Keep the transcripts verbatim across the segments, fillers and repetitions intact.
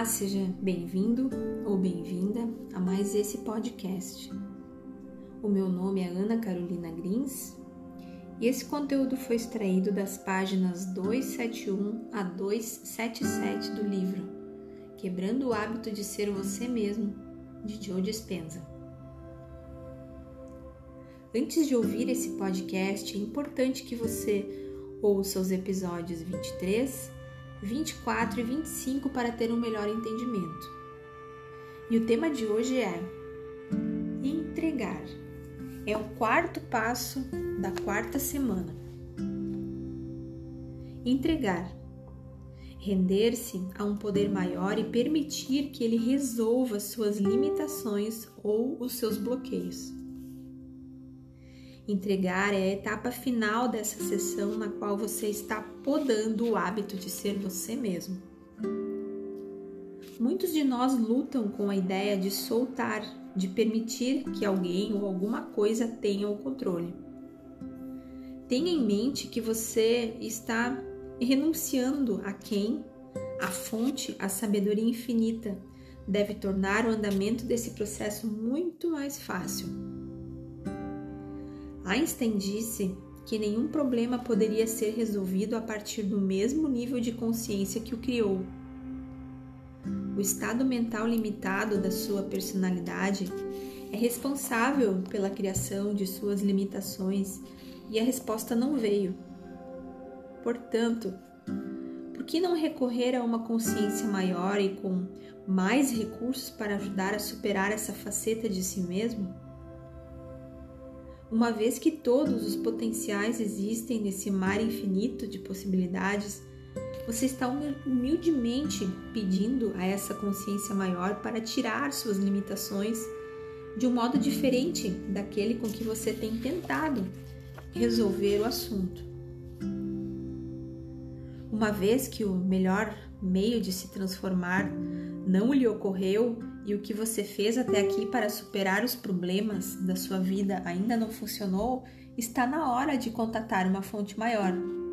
seja bem-vindo ou bem-vinda a mais esse podcast. O meu nome é Ana Carolina Grins e esse conteúdo foi extraído das páginas duzentos e setenta e um a duzentos e setenta e sete do livro Quebrando o Hábito de Ser Você Mesmo, de Joe Dispenza. Antes de ouvir esse podcast, é importante que você ouça os episódios vinte e três, vinte e quatro e vinte e cinco para ter um melhor entendimento. E o tema de hoje é entregar. É o quarto passo da quarta semana. Entregar. Render-se a um poder maior e permitir que ele resolva suas limitações ou os seus bloqueios. Entregar é a etapa final dessa sessão na qual você está podando o hábito de ser você mesmo. Muitos de nós lutam com a ideia de soltar, de permitir que alguém ou alguma coisa tenha o controle. Tenha em mente que você está renunciando a quem a fonte, a sabedoria infinita, deve tornar o andamento desse processo muito mais fácil. Einstein disse que nenhum problema poderia ser resolvido a partir do mesmo nível de consciência que o criou. O estado mental limitado da sua personalidade é responsável pela criação de suas limitações e a resposta não veio. Portanto, por que não recorrer a uma consciência maior e com mais recursos para ajudar a superar essa faceta de si mesmo? Uma vez que todos os potenciais existem nesse mar infinito de possibilidades, você está humildemente pedindo a essa consciência maior para tirar suas limitações de um modo diferente daquele com que você tem tentado resolver o assunto. Uma vez que o melhor meio de se transformar não lhe ocorreu e o que você fez até aqui para superar os problemas da sua vida ainda não funcionou, está na hora de contatar uma fonte maior.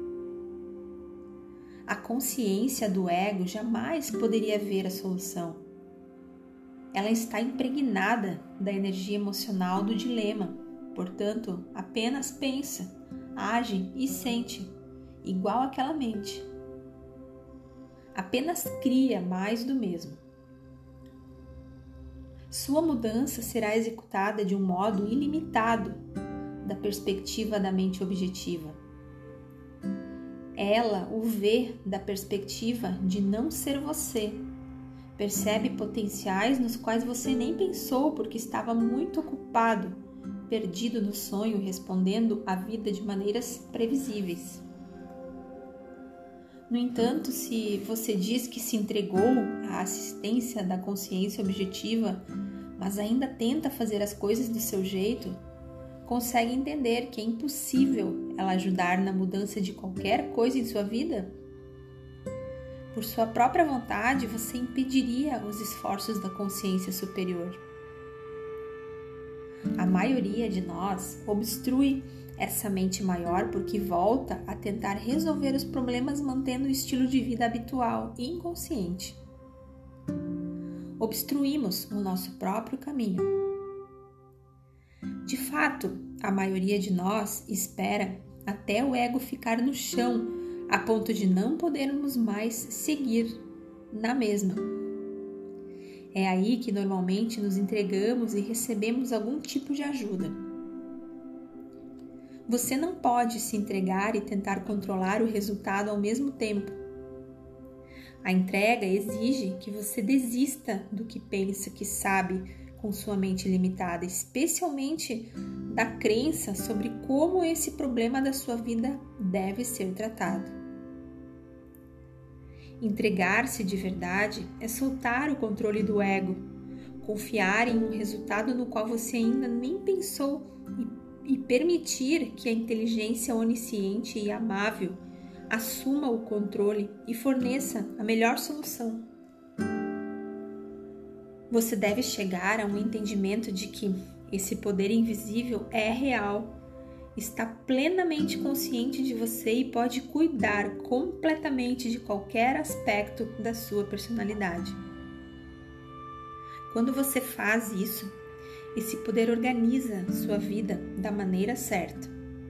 A consciência do ego jamais poderia ver a solução. Ela está impregnada da energia emocional do dilema, portanto, apenas pensa, age e sente, igual àquela mente. Apenas cria mais do mesmo. Sua mudança será executada de um modo ilimitado da perspectiva da mente objetiva. Ela o vê da perspectiva de não ser você. Percebe potenciais nos quais você nem pensou porque estava muito ocupado, perdido no sonho, respondendo à vida de maneiras previsíveis. No entanto, se você diz que se entregou à assistência da consciência objetiva, mas ainda tenta fazer as coisas do seu jeito, consegue entender que é impossível ela ajudar na mudança de qualquer coisa em sua vida? Por sua própria vontade, você impediria os esforços da consciência superior. A maioria de nós obstrui essa mente maior porque volta a tentar resolver os problemas mantendo o estilo de vida habitual e inconsciente. Obstruímos o nosso próprio caminho. De fato, a maioria de nós espera até o ego ficar no chão a ponto de não podermos mais seguir na mesma. É aí que normalmente nos entregamos e recebemos algum tipo de ajuda. Você não pode se entregar e tentar controlar o resultado ao mesmo tempo. A entrega exige que você desista do que pensa que sabe com sua mente limitada, especialmente da crença sobre como esse problema da sua vida deve ser tratado. Entregar-se de verdade é soltar o controle do ego, confiar em um resultado no qual você ainda nem pensou e e permitir que a inteligência onisciente e amável assuma o controle e forneça a melhor solução. Você deve chegar a um entendimento de que esse poder invisível é real, está plenamente consciente de você e pode cuidar completamente de qualquer aspecto da sua personalidade. Quando você faz isso, esse poder organiza sua vida da maneira certa.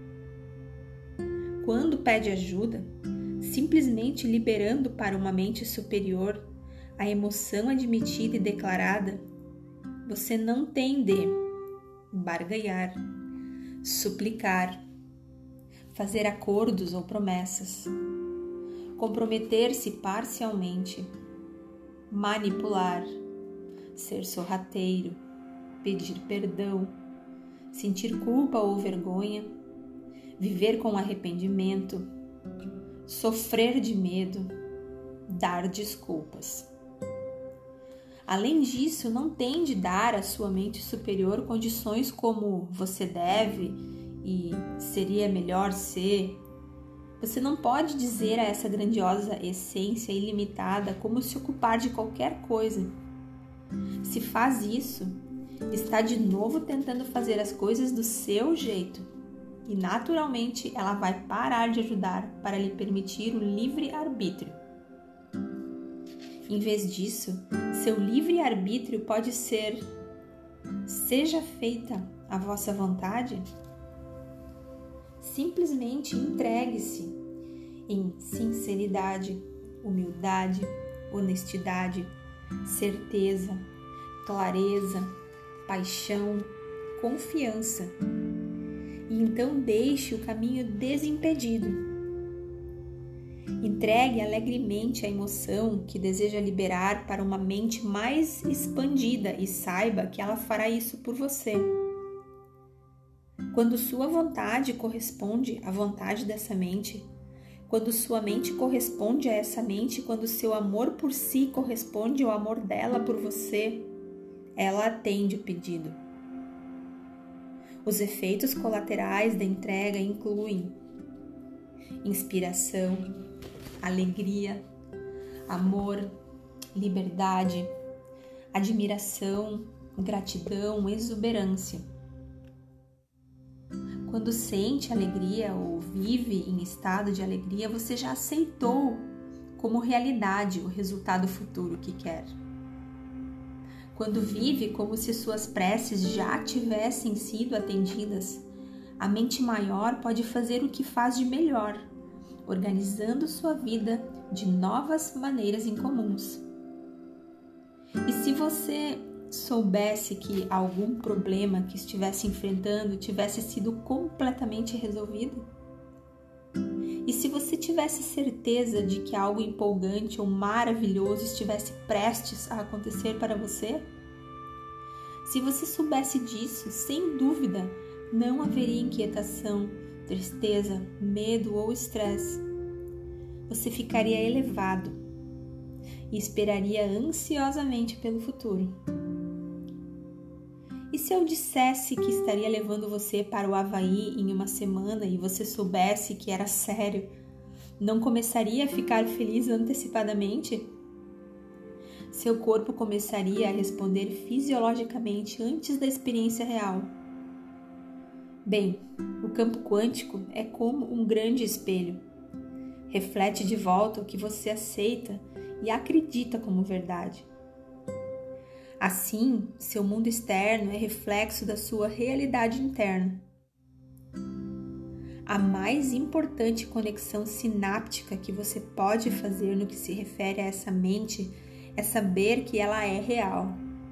Quando pede ajuda, simplesmente liberando para uma mente superior a emoção admitida e declarada, você não tem de barganhar, suplicar, fazer acordos ou promessas, comprometer-se parcialmente, manipular, ser sorrateiro, pedir perdão, sentir culpa ou vergonha, viver com arrependimento, sofrer de medo, dar desculpas. Além disso, não tem de dar à sua mente superior condições como você deve e seria melhor ser. Você não pode dizer a essa grandiosa essência ilimitada como se ocupar de qualquer coisa. Se faz isso, está de novo tentando fazer as coisas do seu jeito e naturalmente ela vai parar de ajudar para lhe permitir o livre-arbítrio. Em vez disso, seu livre-arbítrio pode ser: seja feita a vossa vontade. Simplesmente entregue-se em sinceridade, humildade, honestidade, certeza, clareza, paixão, confiança. E então deixe o caminho desimpedido. Entregue alegremente a emoção que deseja liberar para uma mente mais expandida e saiba que ela fará isso por você. Quando sua vontade corresponde à vontade dessa mente, quando sua mente corresponde a essa mente, quando seu amor por si corresponde ao amor dela por você, ela atende o pedido. Os efeitos colaterais da entrega incluem inspiração, alegria, amor, liberdade, admiração, gratidão, exuberância. Quando sente alegria ou vive em estado de alegria, você já aceitou como realidade o resultado futuro que quer. Quando vive como se suas preces já tivessem sido atendidas, a mente maior pode fazer o que faz de melhor, organizando sua vida de novas maneiras incomuns. E se você soubesse que algum problema que estivesse enfrentando tivesse sido completamente resolvido? E se você tivesse certeza de que algo empolgante ou maravilhoso estivesse prestes a acontecer para você? Se você soubesse disso, sem dúvida, não haveria inquietação, tristeza, medo ou estresse. Você ficaria elevado e esperaria ansiosamente pelo futuro. E se eu dissesse que estaria levando você para o Havaí em uma semana e você soubesse que era sério, não começaria a ficar feliz antecipadamente? Seu corpo começaria a responder fisiologicamente antes da experiência real. Bem, o campo quântico é como um grande espelho. Reflete de volta o que você aceita e acredita como verdade. Assim, seu mundo externo é reflexo da sua realidade interna. A mais importante conexão sináptica que você pode fazer no que se refere a essa mente é saber que ela é real.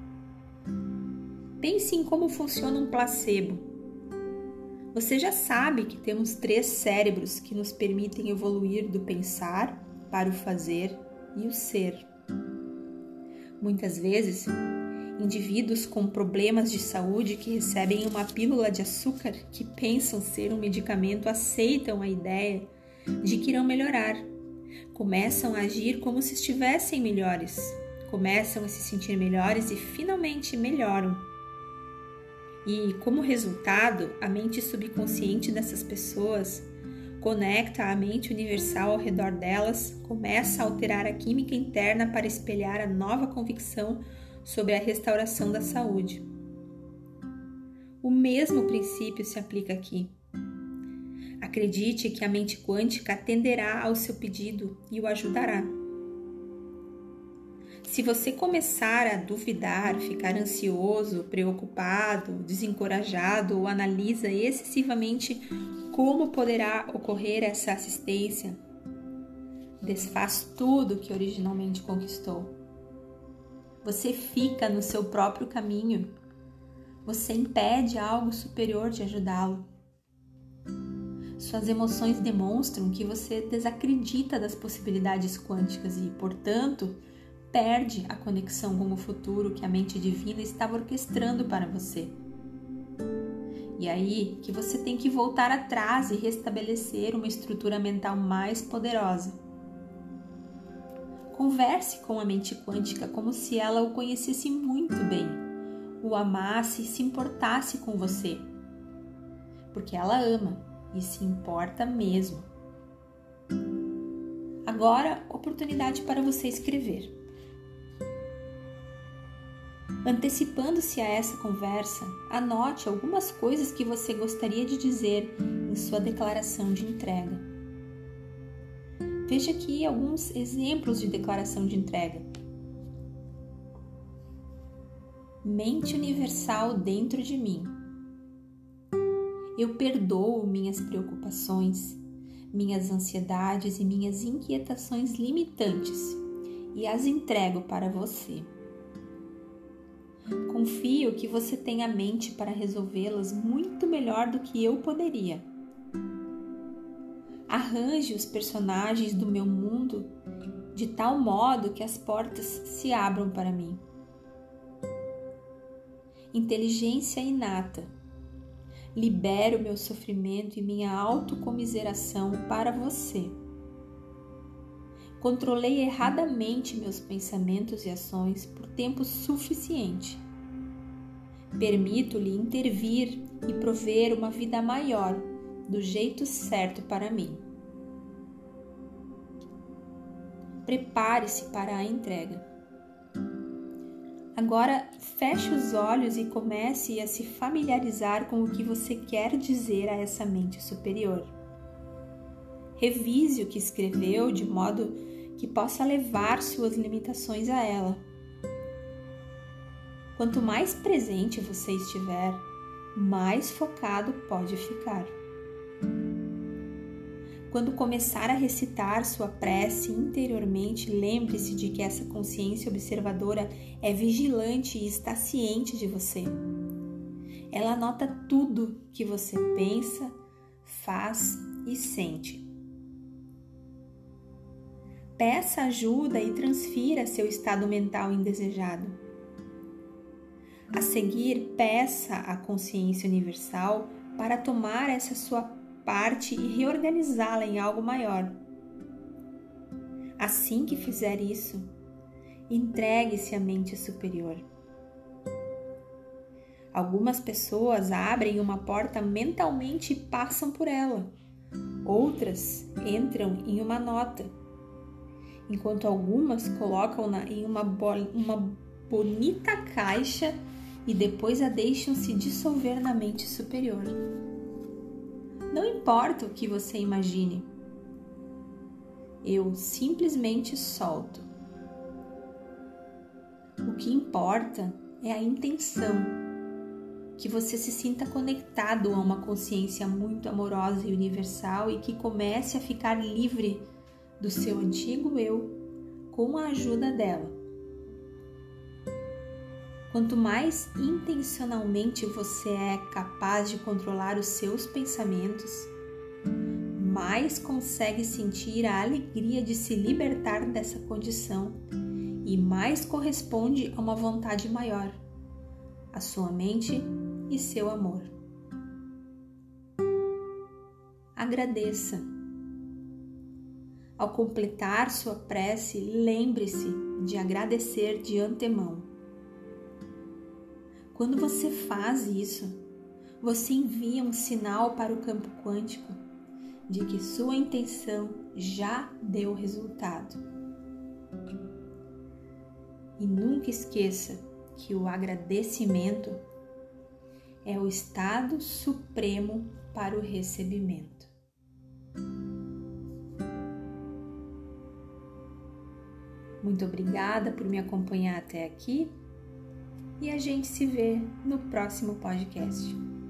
Pense em como funciona um placebo. Você já sabe que temos três cérebros que nos permitem evoluir do pensar para o fazer e o ser. Muitas vezes, indivíduos com problemas de saúde que recebem uma pílula de açúcar que pensam ser um medicamento aceitam a ideia de que irão melhorar. Começam a agir como se estivessem melhores. Começam a se sentir melhores e finalmente melhoram. E, como resultado, a mente subconsciente dessas pessoas conecta a mente universal ao redor delas, começa a alterar a química interna para espelhar a nova convicção sobre a restauração da saúde. O mesmo princípio se aplica aqui. Acredite que a mente quântica atenderá ao seu pedido e o ajudará. Se você começar a duvidar, ficar ansioso, preocupado, desencorajado ou analisa excessivamente como poderá ocorrer essa assistência, desfaz tudo que originalmente conquistou. Você fica no seu próprio caminho. Você impede algo superior de ajudá-lo. Suas emoções demonstram que você desacredita das possibilidades quânticas e, portanto, perde a conexão com o futuro que a mente divina estava orquestrando para você. E aí que você tem que voltar atrás e restabelecer uma estrutura mental mais poderosa. Converse com a mente quântica como se ela o conhecesse muito bem, o amasse e se importasse com você. Porque ela ama e se importa mesmo. Agora, oportunidade para você escrever. Antecipando-se a essa conversa, anote algumas coisas que você gostaria de dizer em sua declaração de entrega. Veja aqui alguns exemplos de declaração de entrega. Mente universal dentro de mim. Eu perdoo minhas preocupações, minhas ansiedades e minhas inquietações limitantes e as entrego para você. Confio que você tem a mente para resolvê-las muito melhor do que eu poderia. Arranje os personagens do meu mundo de tal modo que as portas se abram para mim. Inteligência inata. Libero meu sofrimento e minha autocomiseração para você. Controlei erradamente meus pensamentos e ações por tempo suficiente. Permito-lhe intervir e prover uma vida maior, do jeito certo para mim. Prepare-se para a entrega. Agora, feche os olhos e comece a se familiarizar com o que você quer dizer a essa mente superior. Revise o que escreveu de modo que possa levar suas limitações a ela. Quanto mais presente você estiver, mais focado pode ficar. Quando começar a recitar sua prece interiormente, lembre-se de que essa consciência observadora é vigilante e está ciente de você. Ela anota tudo que você pensa, faz e sente. Peça ajuda e transfira seu estado mental indesejado. A seguir, peça à consciência universal para tomar essa sua parte e reorganizá-la em algo maior. Assim que fizer isso, entregue-se à mente superior. Algumas pessoas abrem uma porta mentalmente e passam por ela. Outras entram em uma nota, enquanto algumas colocam-na em uma, bo- uma bonita caixa e depois a deixam se dissolver na mente superior. Não importa o que você imagine, eu simplesmente solto. O que importa é a intenção, que você se sinta conectado a uma consciência muito amorosa e universal e que comece a ficar livre do seu antigo eu com a ajuda dela. Quanto mais intencionalmente você é capaz de controlar os seus pensamentos, mais consegue sentir a alegria de se libertar dessa condição e mais corresponde a uma vontade maior, a sua mente e seu amor. Agradeça. Ao completar sua prece, lembre-se de agradecer de antemão. Quando você faz isso, você envia um sinal para o campo quântico de que sua intenção já deu resultado. E nunca esqueça que o agradecimento é o estado supremo para o recebimento. Muito obrigada por me acompanhar até aqui e a gente se vê no próximo podcast.